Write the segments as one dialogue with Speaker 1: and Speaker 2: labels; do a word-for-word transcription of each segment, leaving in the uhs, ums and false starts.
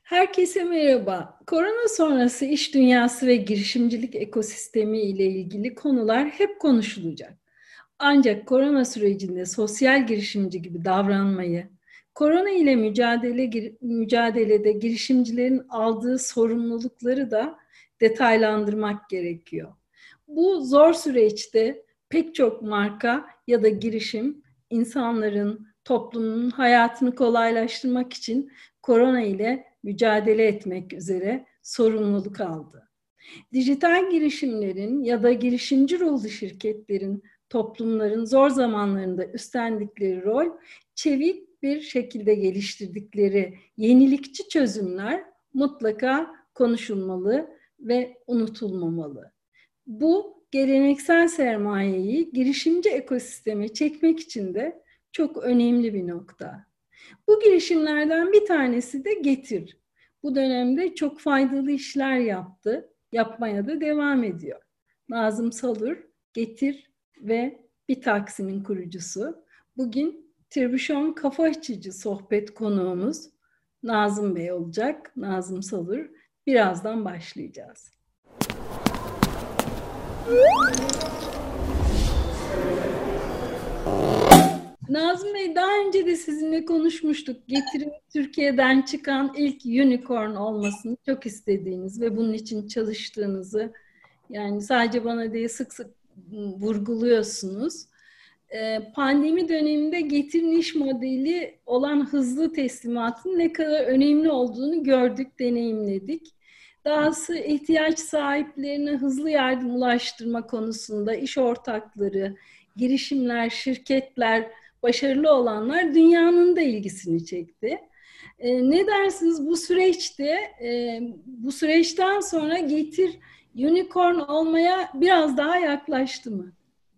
Speaker 1: Herkese merhaba. Korona sonrası iş dünyası ve girişimcilik ekosistemi ile ilgili konular hep konuşulacak. Ancak korona sürecinde sosyal girişimci gibi davranmayı, korona ile mücadele mücadelede girişimcilerin aldığı sorumlulukları da detaylandırmak gerekiyor. Bu zor süreçte pek çok marka ya da girişim insanların, toplumun hayatını kolaylaştırmak için korona ile mücadele etmek üzere sorumluluk aldı. Dijital girişimlerin ya da girişimci ruhlu şirketlerin toplumların zor zamanlarında üstlendikleri rol, çevik bir şekilde geliştirdikleri yenilikçi çözümler mutlaka konuşulmalı ve unutulmamalı. Bu geleneksel sermayeyi girişimci ekosisteme çekmek için de çok önemli bir nokta. Bu girişimlerden bir tanesi de Getir. Bu dönemde çok faydalı işler yaptı, yapmaya da devam ediyor. Nazım Salur, Getir ve Bir Taksim'in kurucusu. Bugün Tribüşon Kafa Açıcı sohbet konuğumuz Nazım Bey olacak, Nazım Salur. Birazdan başlayacağız. Nazım Bey, daha önce de sizinle konuşmuştuk. Getir'in Türkiye'den çıkan ilk unicorn olmasını çok istediğiniz ve bunun için çalıştığınızı, yani sadece bana değil sık sık vurguluyorsunuz. Pandemi döneminde Getir'in iş modeli olan hızlı teslimatın ne kadar önemli olduğunu gördük, deneyimledik. Dahası ihtiyaç sahiplerine hızlı yardım ulaştırma konusunda iş ortakları, girişimler, şirketler, başarılı olanlar dünyanın da ilgisini çekti. E, ne dersiniz bu süreçte, e, bu süreçten sonra Getir unicorn olmaya biraz daha yaklaştı mı?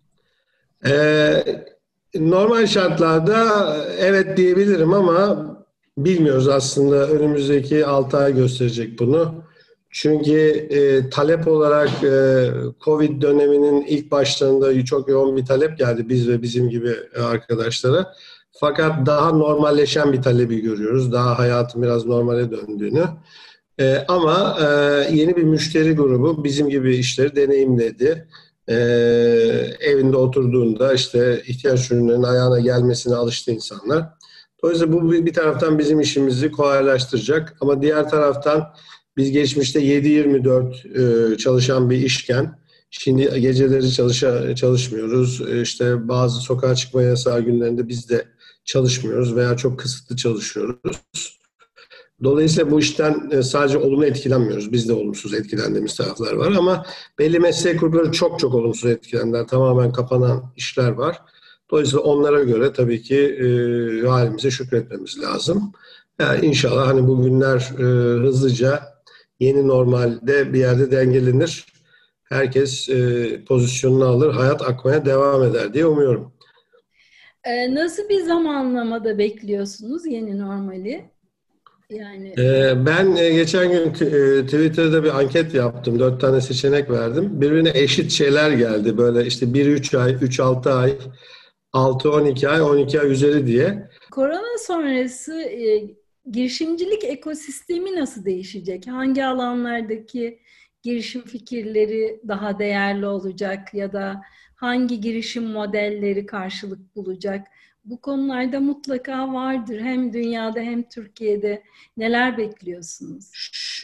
Speaker 2: Ee, normal şartlarda evet diyebilirim ama bilmiyoruz aslında. Önümüzdeki altı ay gösterecek bunu. Çünkü e, talep olarak e, Covid döneminin ilk başlarında çok yoğun bir talep geldi biz ve bizim gibi arkadaşlara. Fakat daha normalleşen bir talebi görüyoruz. Daha hayatın biraz normale döndüğünü. E, ama e, yeni bir müşteri grubu bizim gibi işleri deneyimledi. Ee, evinde oturduğunda işte ihtiyaç ürünlerinin ayağına gelmesine alıştı insanlar. Dolayısıyla bu bir taraftan bizim işimizi kolaylaştıracak ama diğer taraftan biz geçmişte yedi yirmi dört e, çalışan bir işken şimdi geceleri çalışa, çalışmıyoruz. E, işte bazı sokağa çıkma yasağı günlerinde biz de çalışmıyoruz veya çok kısıtlı çalışıyoruz. Dolayısıyla bu işten sadece olumlu etkilenmiyoruz. Biz de olumsuz etkilendiğimiz taraflar var ama belli meslek grupları çok çok olumsuz etkilendiler. Tamamen kapanan işler var. Dolayısıyla onlara göre tabii ki e, halimize şükretmemiz lazım. Yani inşallah hani bu günler e, hızlıca yeni normalde bir yerde dengelenir. Herkes e, pozisyonunu alır, hayat akmaya devam eder diye umuyorum.
Speaker 1: Ee, nasıl bir zamanlamada bekliyorsunuz yeni normali? Yani
Speaker 2: Ee, ben e, geçen gün t- e, Twitter'da bir anket yaptım. Dört tane seçenek verdim. Birbirine eşit şeyler geldi. Böyle işte bir üç ay, üç altı ay, altı on iki ay, on iki ay üzeri diye.
Speaker 1: korona sonrası e, girişimcilik ekosistemi nasıl değişecek? Hangi alanlardaki girişim fikirleri daha değerli olacak ya da hangi girişim modelleri karşılık bulacak? Bu konularda mutlaka vardır. Hem dünyada hem Türkiye'de neler bekliyorsunuz?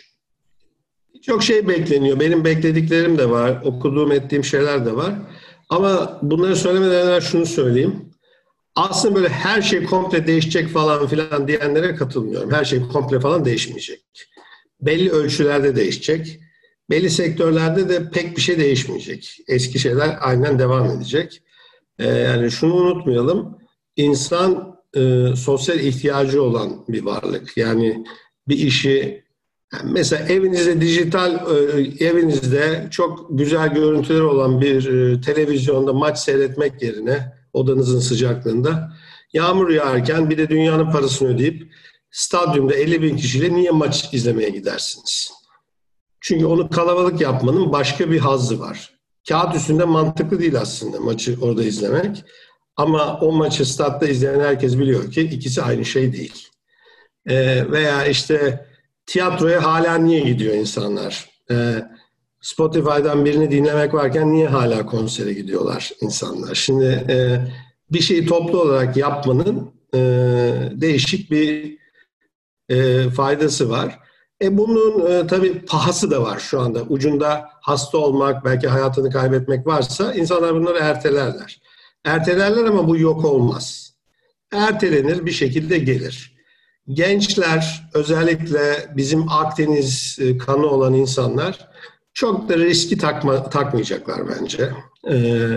Speaker 2: Çok şey bekleniyor. Benim beklediklerim de var. Okuduğum, ettiğim şeyler de var. Ama bunları söylemeden evvel şunu söyleyeyim. Aslında böyle her şey komple değişecek falan filan diyenlere katılmıyorum. Her şey komple falan değişmeyecek. Belli ölçülerde değişecek. Belli sektörlerde de pek bir şey değişmeyecek. Eski şeyler aynen devam edecek. Ee, yani şunu unutmayalım. İnsan e, sosyal ihtiyacı olan bir varlık. Yani bir işi yani mesela evinizde dijital e, evinizde çok güzel görüntüleri olan bir e, televizyonda maç seyretmek yerine odanızın sıcaklığında yağmur yağarken bir de dünyanın parasını ödeyip stadyumda elli bin kişiyle niye maç izlemeye gidersiniz? Çünkü onu kalabalık yapmanın başka bir hazzı var. Kağıt üstünde mantıklı değil aslında maçı orada izlemek. Ama o maçı statta izleyen herkes biliyor ki ikisi aynı şey değil. Ee, veya işte tiyatroya hala niye gidiyor insanlar? Ee, Spotify'dan birini dinlemek varken niye hala konsere gidiyorlar insanlar? Şimdi e, bir şeyi toplu olarak yapmanın e, değişik bir e, faydası var. E bunun e, tabii pahası da var şu anda. Ucunda hasta olmak, belki hayatını kaybetmek varsa insanlar bunları ertelerler. Ertelerler ama bu yok olmaz. Ertelenir, bir şekilde gelir. Gençler, özellikle bizim Akdeniz e, kanı olan insanlar çok da riski takma, takmayacaklar bence. Ee,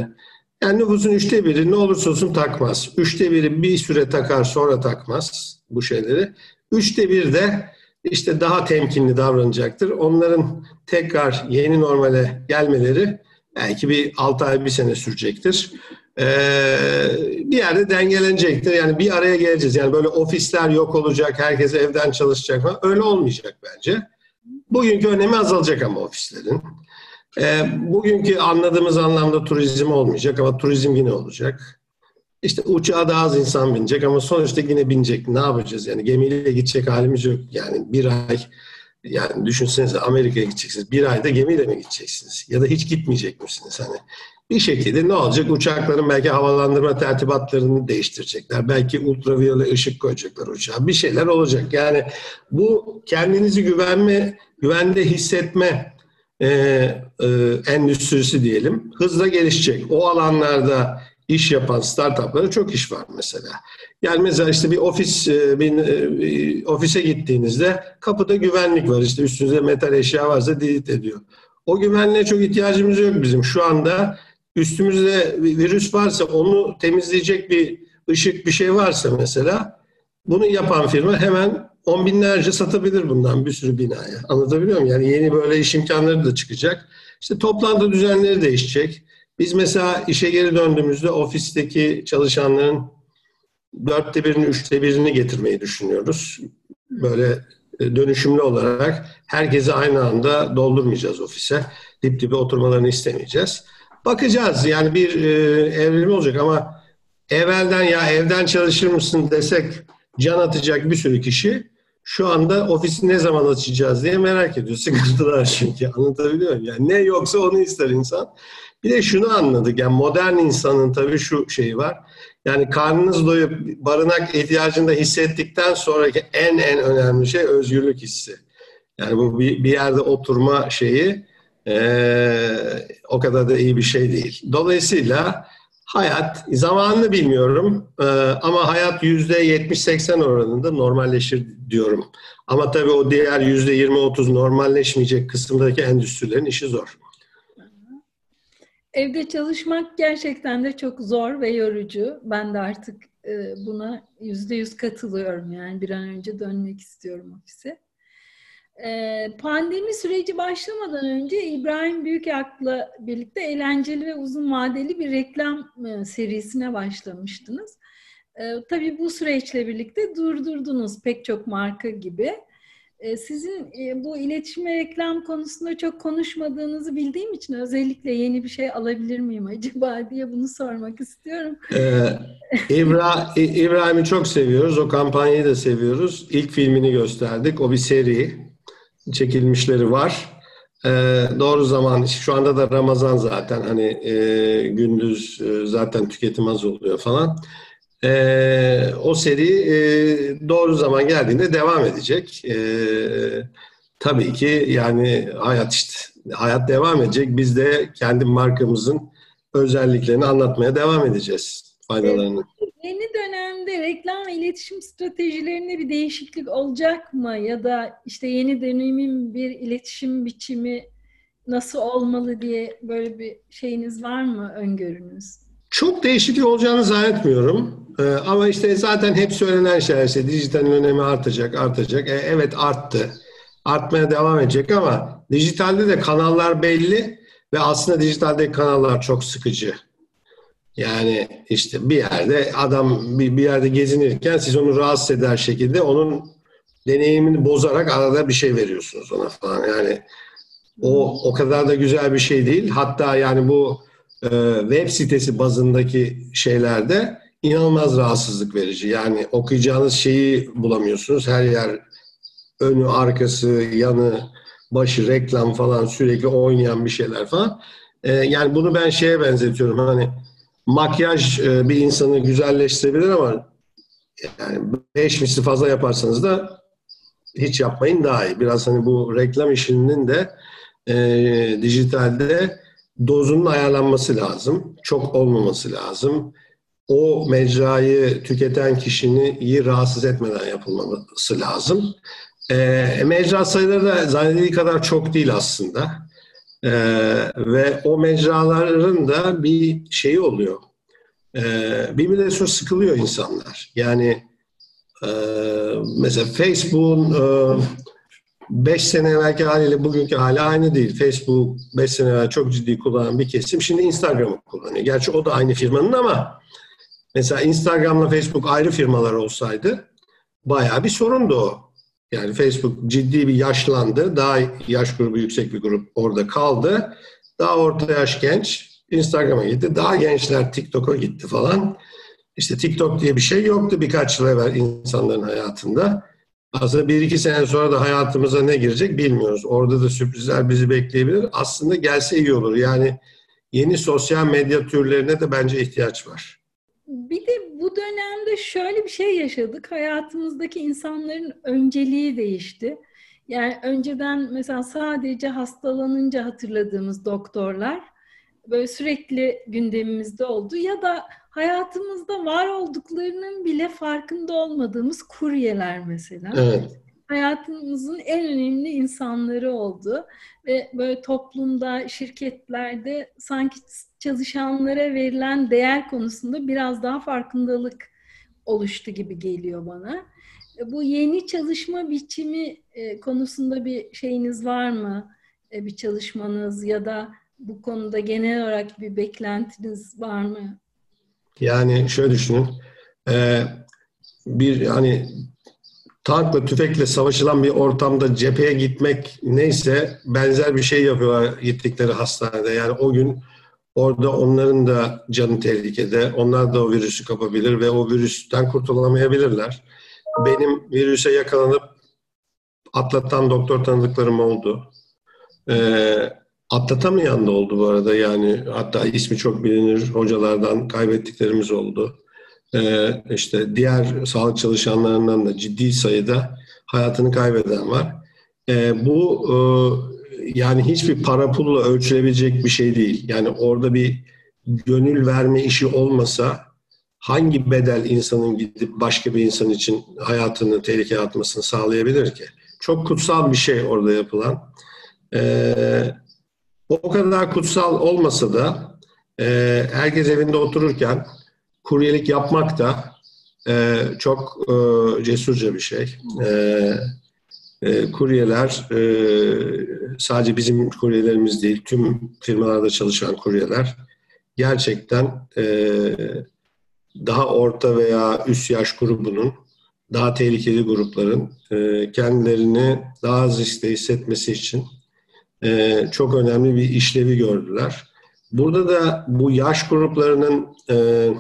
Speaker 2: yani nüfusun üçte biri ne olursa olsun takmaz. Üçte biri bir süre takar, sonra takmaz bu şeyleri. Üçte bir de işte daha temkinli davranacaktır. Onların tekrar yeni normale gelmeleri belki bir altı ay, bir sene sürecektir. Ee, bir yerde dengelenecektir. Yani bir araya geleceğiz. Yani böyle ofisler yok olacak, herkes evden çalışacak falan. Öyle olmayacak bence. Bugünkü önemi azalacak ama ofislerin. E, bugünkü anladığımız anlamda turizm olmayacak ama turizm yine olacak. İşte uçağa daha az insan binecek ama sonuçta yine binecek. Ne yapacağız yani? Gemiyle gidecek halimiz yok. Yani bir ay, yani düşünsenize Amerika'ya gideceksiniz. Bir ayda gemiyle mi gideceksiniz? Ya da hiç gitmeyecek misiniz? Hani bir şekilde ne olacak? Uçakların belki havalandırma tertibatlarını değiştirecekler. Belki ultraviyole ışık koyacaklar uçağa. Bir şeyler olacak. Yani bu kendinizi güvenme, güvende hissetme e, e, endüstrisi diyelim. Hızla gelişecek. O alanlarda iş yapan startuplara çok iş var mesela. Yani mesela işte bir ofis, bir ofise gittiğinizde kapıda güvenlik var. İşte üstünüzde metal eşya varsa delete ediyor. O güvenliğe çok ihtiyacımız yok bizim. Şu anda üstümüzde virüs varsa onu temizleyecek bir ışık, bir şey varsa mesela bunu yapan firma hemen on binlerce satabilir bundan bir sürü binaya. Anlatabiliyor muyum? Yani yeni böyle iş imkanları da çıkacak. İşte toplantı düzenleri değişecek. Biz mesela işe geri döndüğümüzde ofisteki çalışanların dörtte birini, üçte birini getirmeyi düşünüyoruz. Böyle dönüşümlü olarak herkesi aynı anda doldurmayacağız ofise. Dip dibe oturmalarını istemeyeceğiz. Bakacağız yani bir e, evrim olacak ama evvelden ya evden çalışır mısın desek can atacak bir sürü kişi şu anda ofisi ne zaman açacağız diye merak ediyor. Sıkıntılar çünkü, anlatabiliyor muyum? Yani ne yoksa onu ister insan. Bir de şunu anladık, yani modern insanın tabii şu şeyi var. Yani karnınız doyup barınak ihtiyacını da hissettikten sonraki en en önemli şey özgürlük hissi. Yani bu bir, bir yerde oturma şeyi ee, o kadar da iyi bir şey değil. Dolayısıyla hayat, zamanını bilmiyorum ee, ama hayat yüzde yetmiş seksen oranında normalleşir diyorum. Ama tabii o diğer yüzde yirmi otuz normalleşmeyecek kısımdaki endüstrilerin işi zor.
Speaker 1: Evde çalışmak gerçekten de çok zor ve yorucu. Ben de artık e, buna yüzde yüz katılıyorum. Yani bir an önce dönmek istiyorum ofise. E, pandemi süreci başlamadan önce İbrahim Büyükak'la birlikte eğlenceli ve uzun vadeli bir reklam e, serisine başlamıştınız. E, tabii bu süreçle birlikte durdurdunuz pek çok marka gibi. Sizin bu iletişim ve reklam konusunda çok konuşmadığınızı bildiğim için özellikle yeni bir şey alabilir miyim acaba diye bunu sormak istiyorum.
Speaker 2: Ee, İbra, İbrahim'i çok seviyoruz. O kampanyayı da seviyoruz. İlk filmini gösterdik. O bir seri. Çekilmişleri var. Ee, doğru zaman. Şu anda da Ramazan zaten. Hani e, gündüz e, zaten tüketim az oluyor falan. Ee, o seri e, doğru zaman geldiğinde devam edecek. Ee, tabii ki yani hayat işte hayat devam edecek. Biz de kendi markamızın özelliklerini anlatmaya devam edeceğiz, faydalarını.
Speaker 1: Yeni dönemde reklam ve iletişim stratejilerinde bir değişiklik olacak mı? Ya da işte yeni dönemin bir iletişim biçimi nasıl olmalı diye böyle bir şeyiniz var mı, öngörünüz?
Speaker 2: Çok değişiklik olacağını zannetmiyorum. Ee, ama işte zaten hep söylenen şeyler işte dijitalin önemi artacak, artacak. E, evet arttı. Artmaya devam edecek ama dijitalde de kanallar belli ve aslında dijitaldeki kanallar çok sıkıcı. Yani işte bir yerde adam bir, bir yerde gezinirken siz onu rahatsız eder şekilde onun deneyimini bozarak arada bir şey veriyorsunuz ona falan. Yani o o kadar da güzel bir şey değil. Hatta yani bu e, web sitesi bazındaki şeylerde inanılmaz rahatsızlık verici. Yani okuyacağınız şeyi bulamıyorsunuz. Her yer önü, arkası, yanı, başı, reklam falan sürekli oynayan bir şeyler falan. Ee, yani bunu ben şeye benzetiyorum. Hani makyaj e, bir insanı güzelleştirebilir ama yani beş misli fazla yaparsanız da hiç yapmayın daha iyi. Biraz hani bu reklam işinin de e, dijitalde dozunun ayarlanması lazım. Çok olmaması lazım. O mecrayı tüketen kişinin iyi rahatsız etmeden yapılması lazım. E, mecra sayıları da zannedildiği kadar çok değil aslında. E, ve o mecraların da bir şeyi oluyor. E, bir müddet sonra sıkılıyor insanlar. Yani e, mesela Facebook'un e, beş sene evvelki haliyle bugünkü hali aynı değil. Facebook beş sene evvel çok ciddi kullanan bir kesim şimdi Instagram'ı kullanıyor. Gerçi o da aynı firmanın ama mesela Instagram'la Facebook ayrı firmalar olsaydı bayağı bir sorundu o. Yani Facebook ciddi bir yaşlandı. Daha yaş grubu yüksek bir grup orada kaldı. Daha orta yaş genç Instagram'a gitti. Daha gençler TikTok'a gitti falan. İşte TikTok diye bir şey yoktu birkaç yıl evvel insanların hayatında. Aslında bir iki sene sonra da hayatımıza ne girecek bilmiyoruz. Orada da sürprizler bizi bekleyebilir. Aslında gelse iyi olur. Yani yeni sosyal medya türlerine de bence ihtiyaç var.
Speaker 1: Bir de bu dönemde şöyle bir şey yaşadık. Hayatımızdaki insanların önceliği değişti. Yani önceden mesela sadece hastalanınca hatırladığımız doktorlar böyle sürekli gündemimizde oldu ya da hayatımızda var olduklarının bile farkında olmadığımız kuryeler mesela.
Speaker 2: Evet.
Speaker 1: Hayatımızın en önemli insanları oldu ve böyle toplumda, şirketlerde sanki çalışanlara verilen değer konusunda biraz daha farkındalık oluştu gibi geliyor bana. Bu yeni çalışma biçimi konusunda bir şeyiniz var mı? Bir çalışmanız ya da bu konuda genel olarak bir beklentiniz var mı?
Speaker 2: Yani şöyle düşünün. Ee, bir hani tankla, tüfekle savaşılan bir ortamda cepheye gitmek neyse benzer bir şey yapıyorlar gittikleri hastanede. Yani o gün orada onların da canı tehlikede. Onlar da o virüsü kapabilir ve o virüsten kurtulamayabilirler. Benim virüse yakalanıp atlatan doktor tanıdıklarım oldu. Ee, atlatamayan da oldu bu arada. Yani hatta ismi çok bilinir hocalardan kaybettiklerimiz oldu. Ee, işte diğer sağlık çalışanlarından da ciddi sayıda hayatını kaybeden var. Ee, bu e, yani hiçbir para pulla ölçülebilecek bir şey değil. Yani orada bir gönül verme işi olmasa hangi bedel insanın gidip başka bir insan için hayatını tehlikeye atmasını sağlayabilir ki? Çok kutsal bir şey orada yapılan. Ee, o kadar kutsal olmasa da e, herkes evinde otururken kuryelik yapmak da e, çok e, cesurca bir şey. E, e, kuryeler e, sadece bizim kuryelerimiz değil, tüm firmalarda çalışan kuryeler gerçekten e, daha orta veya üst yaş grubunun, daha tehlikeli grupların e, kendilerini daha az riskte hissetmesi için e, çok önemli bir işlevi gördüler. Burada da bu yaş gruplarının e,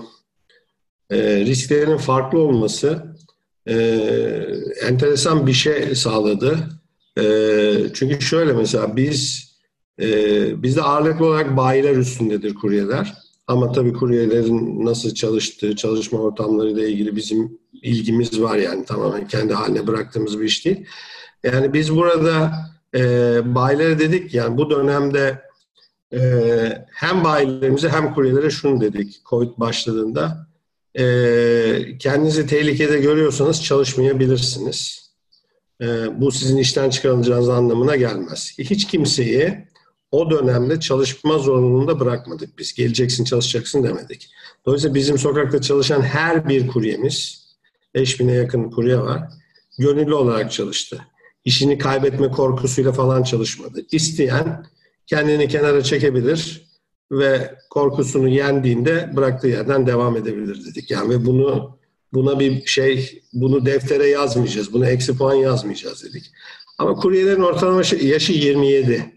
Speaker 2: e, risklerinin farklı olması e, enteresan bir şey sağladı. E, çünkü şöyle mesela biz e, bizde ağırlıklı olarak bayiler üstündedir kuryeler. Ama tabii kuryelerin nasıl çalıştığı, çalışma ortamlarıyla ilgili bizim ilgimiz var yani tamamen kendi haline bıraktığımız bir iş değil. Yani biz burada e, bayilere dedik yani bu dönemde e, hem bayilerimize hem kuryelere şunu dedik Covid başladığında e, kendinizi tehlikede görüyorsanız çalışmayabilirsiniz. E, bu sizin işten çıkarılacağınız anlamına gelmez. Hiç kimseyi o dönemde çalışma zorunluluğunda bırakmadık biz. Geleceksin çalışacaksın demedik. Dolayısıyla bizim sokakta çalışan her bir kuryemiz, beş bine yakın kurye var, gönüllü olarak çalıştı. İşini kaybetme korkusuyla falan çalışmadı. İsteyen kendini kenara çekebilir ve korkusunu yendiğinde bıraktığı yerden devam edebilir dedik. Yani ve bunu buna bir şey, bunu deftere yazmayacağız, buna eksi puan yazmayacağız dedik. Ama kuryelerin ortalama yaşı yirmi yedi.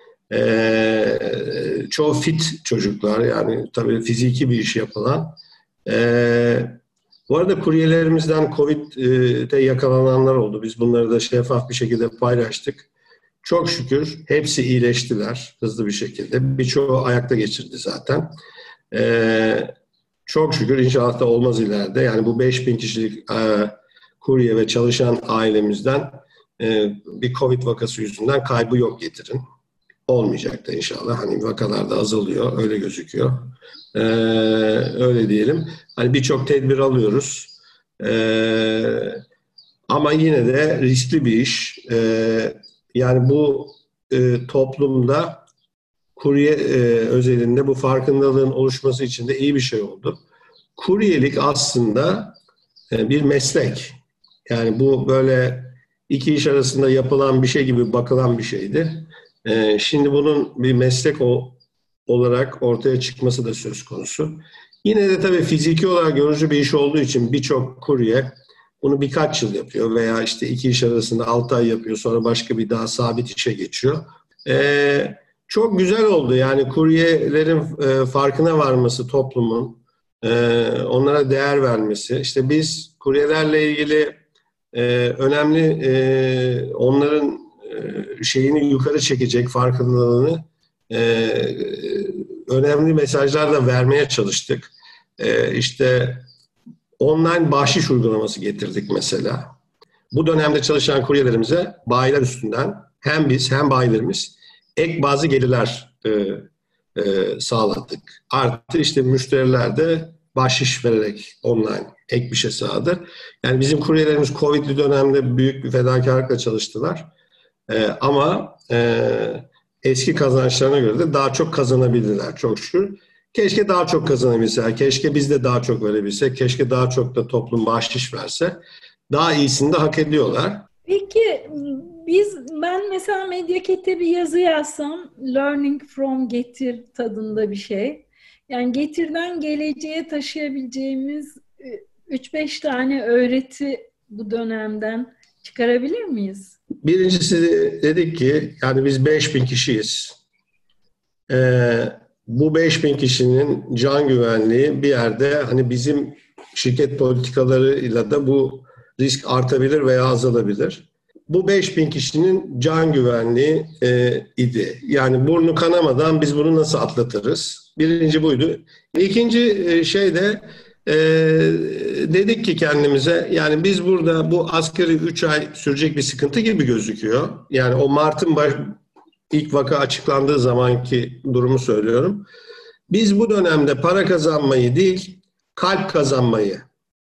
Speaker 2: Ee, çoğu fit çocuklar yani tabii fiziki bir iş yapılan. Ee, Bu arada kuryelerimizden Covid'de yakalananlar oldu. Biz bunları da şeffaf bir şekilde paylaştık. Çok şükür hepsi iyileştiler hızlı bir şekilde. Birçoğu ayakta geçirdi zaten. Ee, çok şükür inşallah da olmaz ileride. Yani bu beş bin kişilik e, kurye ve çalışan ailemizden e, bir Covid vakası yüzünden kaybı yok Getir'in. Olmayacak da inşallah. Hani vakalar da azalıyor. Öyle gözüküyor. Ee, öyle diyelim. Hani birçok tedbir alıyoruz. Ee, ama yine de riskli bir iş. Ee, yani bu e, toplumda kurye e, özelinde bu farkındalığın oluşması için de iyi bir şey oldu. Kuryelik aslında e, bir meslek. Yani bu böyle iki iş arasında yapılan bir şey gibi bakılan bir şeydi. E, şimdi bunun bir meslek o, olarak ortaya çıkması da söz konusu. Yine de tabii fiziki olarak yorucu bir iş olduğu için birçok kurye bunu birkaç yıl yapıyor veya işte iki iş arasında altı ay yapıyor, sonra başka bir daha sabit işe geçiyor. Ee, çok güzel oldu yani kuryelerin e, farkına varması toplumun, e, onlara değer vermesi. İşte biz kuryelerle ilgili e, önemli e, onların e, şeyini yukarı çekecek farkındalığını e, önemli mesajlar da vermeye çalıştık. E, işte online bahşiş uygulaması getirdik mesela. Bu dönemde çalışan kuryelerimize bayiler üstünden hem biz hem bayilerimiz ek bazı gelirler e, e, sağladık. Artı işte müşteriler de bahşiş vererek online ek bir şey sağladı. Yani bizim kuryelerimiz Covid'li dönemde büyük bir fedakarlıkla çalıştılar. E, ama e, eski kazançlarına göre de daha çok kazanabildiler çok şükür. Keşke daha çok kazanabilseler, keşke biz de daha çok verebilsek, keşke daha çok da toplum bahşiş verse. Daha iyisini de hak ediyorlar.
Speaker 1: Peki biz ben mesela Medyaket'e bir yazı yazsam, Learning from Getir tadında bir şey. Yani Getir'den geleceğe taşıyabileceğimiz üç beş tane öğreti bu dönemden çıkarabilir miyiz?
Speaker 2: Birincisi dedik ki yani biz beş bin kişiyiz. Ee, bu beş bin kişinin can güvenliği bir yerde hani bizim şirket politikalarıyla da bu risk artabilir veya azalabilir. Bu beş bin kişinin can güvenliği e, idi. Yani burnu kanamadan biz bunu nasıl atlatırız? Birinci buydu. İkinci şey de e, dedik ki kendimize yani biz burada bu asgari üç ay sürecek bir sıkıntı gibi gözüküyor. Yani o Mart'ın baş, ilk vaka açıklandığı zamanki durumu söylüyorum. Biz bu dönemde para kazanmayı değil, kalp kazanmayı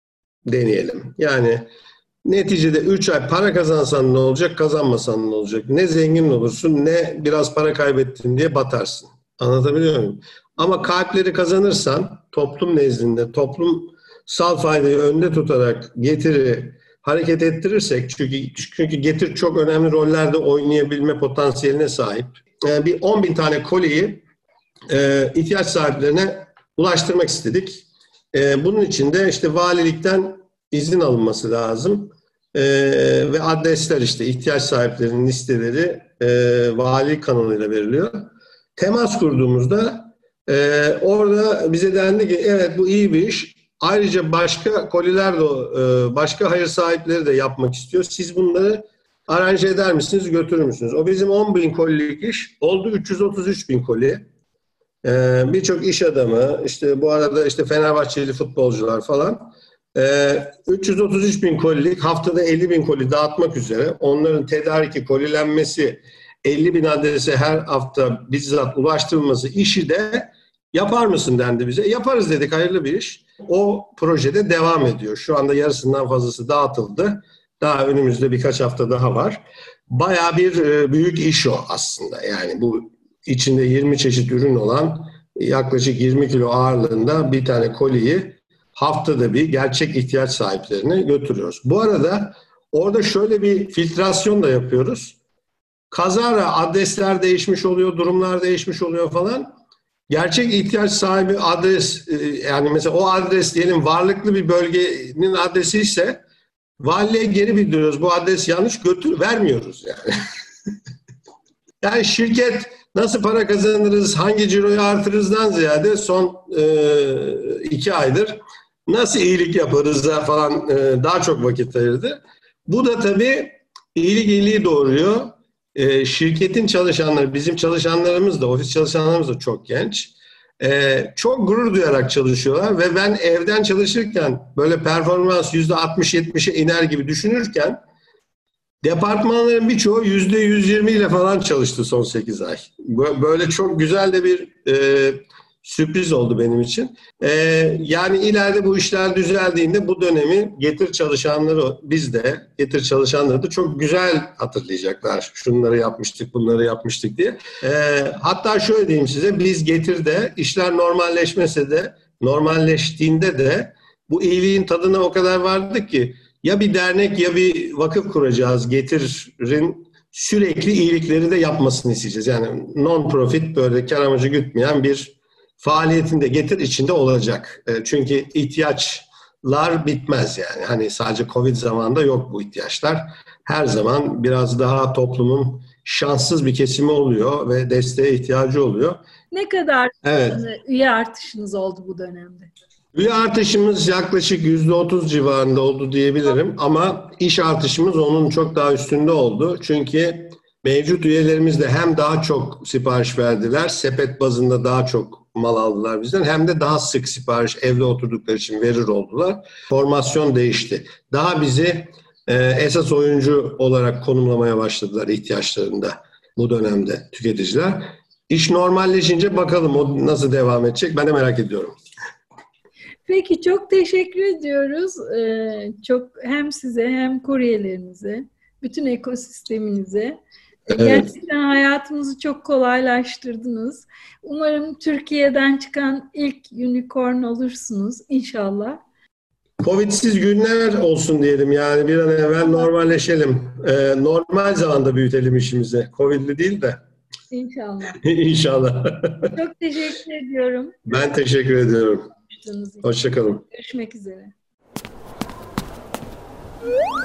Speaker 2: deneyelim. Yani neticede üç ay para kazansan ne olacak, kazanmasan ne olacak? Ne zengin olursun, ne biraz para kaybettin diye batarsın. Anlatabiliyor muyum? Ama kalpleri kazanırsan toplum nezdinde, toplumsal faydayı önde tutarak Getir'i hareket ettirirsek, çünkü, çünkü Getir çok önemli rollerde oynayabilme potansiyeline sahip. Yani bir on bin tane koliyi e, ihtiyaç sahiplerine ulaştırmak istedik. E, bunun için de işte valilikten izin alınması lazım. Ee, ve adresler işte ihtiyaç sahiplerinin listeleri e, vali kanalıyla veriliyor. Temas kurduğumuzda e, orada bize dendi ki evet bu iyi bir iş. Ayrıca başka koliler de e, başka hayır sahipleri de yapmak istiyor. Siz bunları aranje eder misiniz, götürür müsünüz? O bizim on bin kolilik iş oldu üç yüz otuz üç bin koli. Ee, birçok iş adamı, işte bu arada işte Fenerbahçeli futbolcular falan. Ee, üç yüz otuz üç bin kolilik haftada elli bin koli dağıtmak üzere onların tedariki, kolilenmesi, elli bin adrese her hafta bizzat ulaştırılması işi de yapar mısın dendi bize. Yaparız dedik, hayırlı bir iş. O projede devam ediyor. Şu anda yarısından fazlası dağıtıldı. Daha önümüzde birkaç hafta daha var. Bayağı bir e, büyük iş o aslında. Yani bu içinde yirmi çeşit ürün olan yaklaşık yirmi kilo ağırlığında bir tane koliyi haftada bir gerçek ihtiyaç sahiplerine götürüyoruz. Bu arada orada şöyle bir filtrasyon da yapıyoruz. Kazara adresler değişmiş oluyor, durumlar değişmiş oluyor falan. Gerçek ihtiyaç sahibi adres, yani mesela o adres diyelim varlıklı bir bölgenin adresi ise valiliğe geri bildiriyoruz. Bu adres yanlış, götür vermiyoruz yani. Yani şirket nasıl para kazanırız, hangi ciroyu artırırızdan ziyade son e, iki aydır nasıl iyilik yaparız'a falan e, daha çok vakit ayırdı. Bu da tabii iyilik iyiliği doğuruyor. E, şirketin çalışanları, bizim çalışanlarımız da, ofis çalışanlarımız da çok genç. E, çok gurur duyarak çalışıyorlar ve ben evden çalışırken böyle performans yüzde altmış yetmişe iner gibi düşünürken departmanların birçoğu yüzde yüz yirmi ile falan çalıştı son sekiz ay. Böyle çok güzel de bir e, sürpriz oldu benim için. E, yani ileride bu işler düzeldiğinde bu dönemi Getir çalışanları, biz de Getir çalışanları da çok güzel hatırlayacaklar. Şunları yapmıştık, bunları yapmıştık diye. E, hatta şöyle diyeyim size, biz Getir'de işler normalleşmese de, normalleştiğinde de bu iyiliğin tadına o kadar vardık ki ya bir dernek ya bir vakıf kuracağız. Getir'in sürekli iyilikleri de yapmasını isteyeceğiz. Yani non-profit, böyle kar amacı gütmeyen bir faaliyetinde Getir içinde olacak. Çünkü ihtiyaçlar bitmez yani. Hani sadece Covid zamanında yok bu ihtiyaçlar. Her zaman biraz daha toplumun şanssız bir kesimi oluyor ve desteğe ihtiyacı oluyor.
Speaker 1: Ne kadar
Speaker 2: evet.
Speaker 1: üye artışınız oldu bu dönemde?
Speaker 2: Üye artışımız yaklaşık yüzde otuz civarında oldu diyebilirim ama iş artışımız onun çok daha üstünde oldu. Çünkü mevcut üyelerimiz de hem daha çok sipariş verdiler, sepet bazında daha çok mal aldılar bizden, hem de daha sık sipariş evde oturdukları için verir oldular. Formasyon değişti. Daha bizi e, esas oyuncu olarak konumlamaya başladılar ihtiyaçlarında bu dönemde tüketiciler. İş normalleşince bakalım o nasıl devam edecek, ben de merak ediyorum.
Speaker 1: Peki, çok teşekkür ediyoruz. Ee, çok hem size hem kuryelerinize, bütün ekosisteminize. Evet. Gerçekten hayatımızı çok kolaylaştırdınız. Umarım Türkiye'den çıkan ilk unicorn olursunuz inşallah.
Speaker 2: Covid'siz günler olsun diyelim, yani bir an evvel normalleşelim. Ee, normal zamanda büyütelim işimizi. Covid'li değil de.
Speaker 1: İnşallah.
Speaker 2: İnşallah.
Speaker 1: Çok teşekkür ediyorum.
Speaker 2: Ben teşekkür ediyorum. Hoşça kalın.
Speaker 1: Görüşmek üzere.